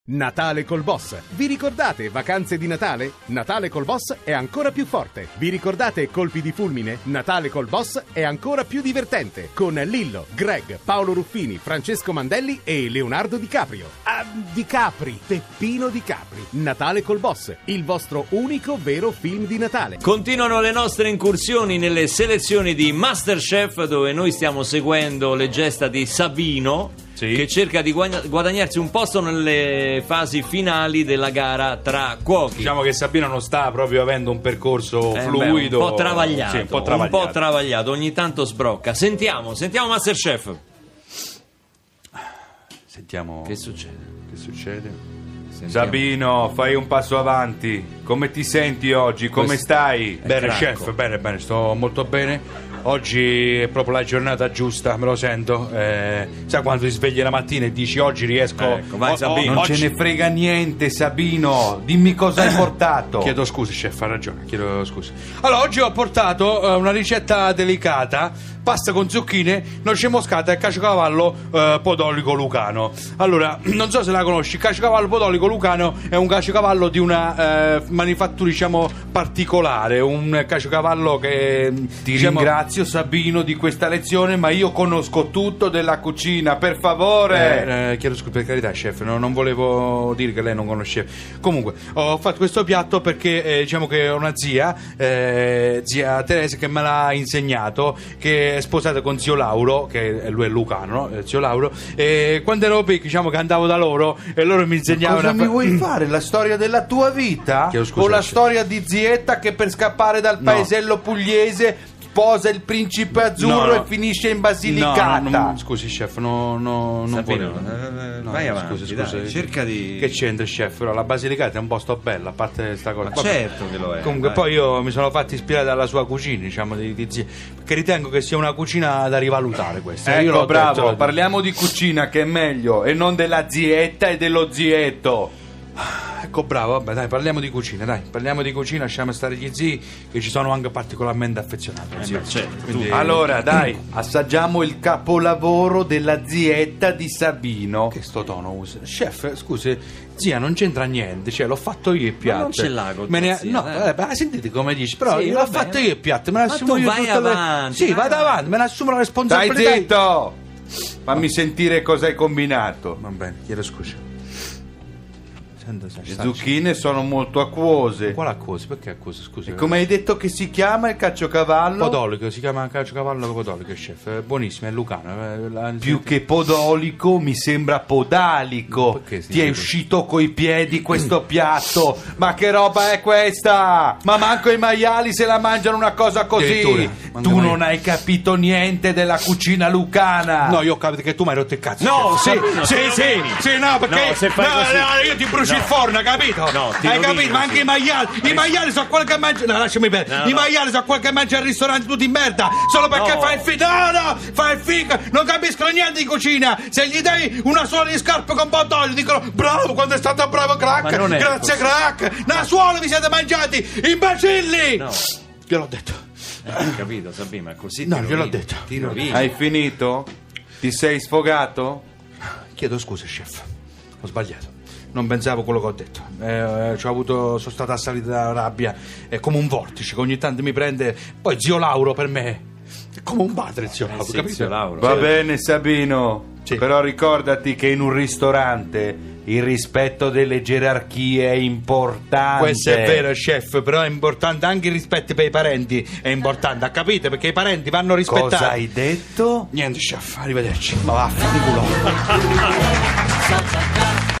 Natale col Boss. Vi ricordate vacanze di Natale? Natale col Boss è ancora più forte. Vi ricordate colpi di fulmine? Natale col Boss è ancora più divertente. Con Lillo, Greg, Paolo Ruffini, Francesco Mandelli e Leonardo DiCaprio. Peppino Di Capri. Natale col Boss, il vostro unico vero film di Natale. Continuano le nostre incursioni nelle selezioni di MasterChef, dove noi stiamo seguendo le gesta di Sabino, che cerca di guadagnarsi un posto nelle fasi finali della gara tra cuochi. Diciamo che Sabino non sta proprio avendo un percorso fluido, un po' travagliato, sì, un po' travagliato, ogni tanto sbrocca. Sentiamo MasterChef. Sentiamo Che succede? Sentiamo. Sabino, fai un passo avanti. Come ti senti oggi? Come stai? Bene, cranco. chef, bene, sto molto bene. Oggi è proprio la giornata giusta, me lo sento. Sai quando ti svegli la mattina e dici oggi riesco? Ecco, vai, Sabino. Non ce ne frega niente, Sabino. Dimmi cosa hai portato. Chiedo scusa, chef, ha ragione. Chiedo scusa. Allora, oggi ho portato una ricetta delicata: pasta con zucchine, noce moscata e caciocavallo podolico lucano. Allora, non so se la conosci. Il caciocavallo podolico lucano è un caciocavallo di una manifattura, diciamo, particolare. Un caciocavallo che ti ringrazio, Sabino, di questa lezione, ma io conosco tutto della cucina, per favore. Chiedo scusa, per carità, chef, non volevo dire che lei non conosceva. Comunque, ho fatto questo piatto perché diciamo che ho una zia Teresa, che me l'ha insegnato, che è sposata con zio Lauro, che lui è lucano, no? Zio Lauro, e quando ero piccolo, diciamo che andavo da loro e loro mi insegnavano. Cosa mi vuoi fare? La storia della tua vita? Scusa, o la storia di zietta che per scappare dal paesello pugliese sposa il principe azzurro e finisce in Basilicata? Scusi, chef, non Sabino, volevo. vai avanti, scusi, dai, cerca di... Che c'entra, chef? Però la Basilicata è un posto bello, a parte questa cosa. Ma certo che lo è. Comunque, vai. poi io mi sono fatto ispirare dalla sua cucina, diciamo, di zia, perché ritengo che sia una cucina da rivalutare questa. Io Ecco, l'ho bravo, detto. parliamo di cucina, che è meglio, e non della zietta e dello zietto. Ecco, bravo, vabbè, dai, parliamo di cucina, lasciamo stare gli zii, che ci sono anche particolarmente affezionati. certo. Quindi, Allora, dai, assaggiamo il capolavoro della zietta di Sabino. che sto tono usa? Chef, scusi, zia, non c'entra niente, cioè l'ho fatto io il piatto. non ce l'ha con Me ne- tua zia, No, dai. vabbè, sentite come dici, però Sì, io l'ho vabbè. fatto io il piatto, me ne Ma assumo tu io vai tutte le- avanti, Sì, vai vado avanti, me ne assumo la Stai responsabilità. zitto! Fammi sentire cosa hai combinato. Va bene, chiedo scusa. Senta, Le zucchine sono molto acquose. Quale acquose? Perché acquose? Scusi. E come hai detto che si chiama il caciocavallo? Podolico, si chiama caciocavallo podolico, chef. È buonissimo, è lucano. Più che podolico mi sembra podalico. Perché si Ti è dice uscito coi piedi questo piatto. Ma che roba è questa? Ma manco i maiali se la mangiano una cosa così. Addirittura, manco Tu i non maiali. hai capito niente della cucina lucana. No, io ho capito che tu mi hai rotto il cazzo. No, chef. Sabino, sì, no, perché No, se fai così- io ti bruci il forno, hai capito? No, ti hai rovini capito? Ma così. anche i maiali sono quelli che mangiano. No, lasciami perdere. No, I no. maiali sono quelli che mangiano al ristorante tutti in merda. Solo perché No. fai il figo. No, fai il figo. Non capiscono niente di cucina. Se gli dai una suola di scarpe con podolio, dicono bravo, quando è stato bravo crack. Ma non è Grazie, così. crack. Una suola vi siete mangiati, imbecilli. No. Gliel'ho detto. Ho capito, Sabino, ma così No, ti gliel'ho rovini. detto. Ti rovini. Hai finito? Ti sei sfogato? Chiedo scusa, chef. Ho sbagliato. Non pensavo quello che ho detto. Sono stato assalito da rabbia. È come un vortice che ogni tanto mi prende. Poi zio Lauro per me è come un padre, zio Lauro, Sì, capito? zio Lauro. Va bene, Sabino. Sì. Però ricordati che in un ristorante il rispetto delle gerarchie è importante. Questo è vero, chef, però è importante anche il rispetto per i parenti. È importante, capite? Perché i parenti vanno rispettati. Cosa hai detto? Niente, chef, arrivederci. Ma vaffanculo.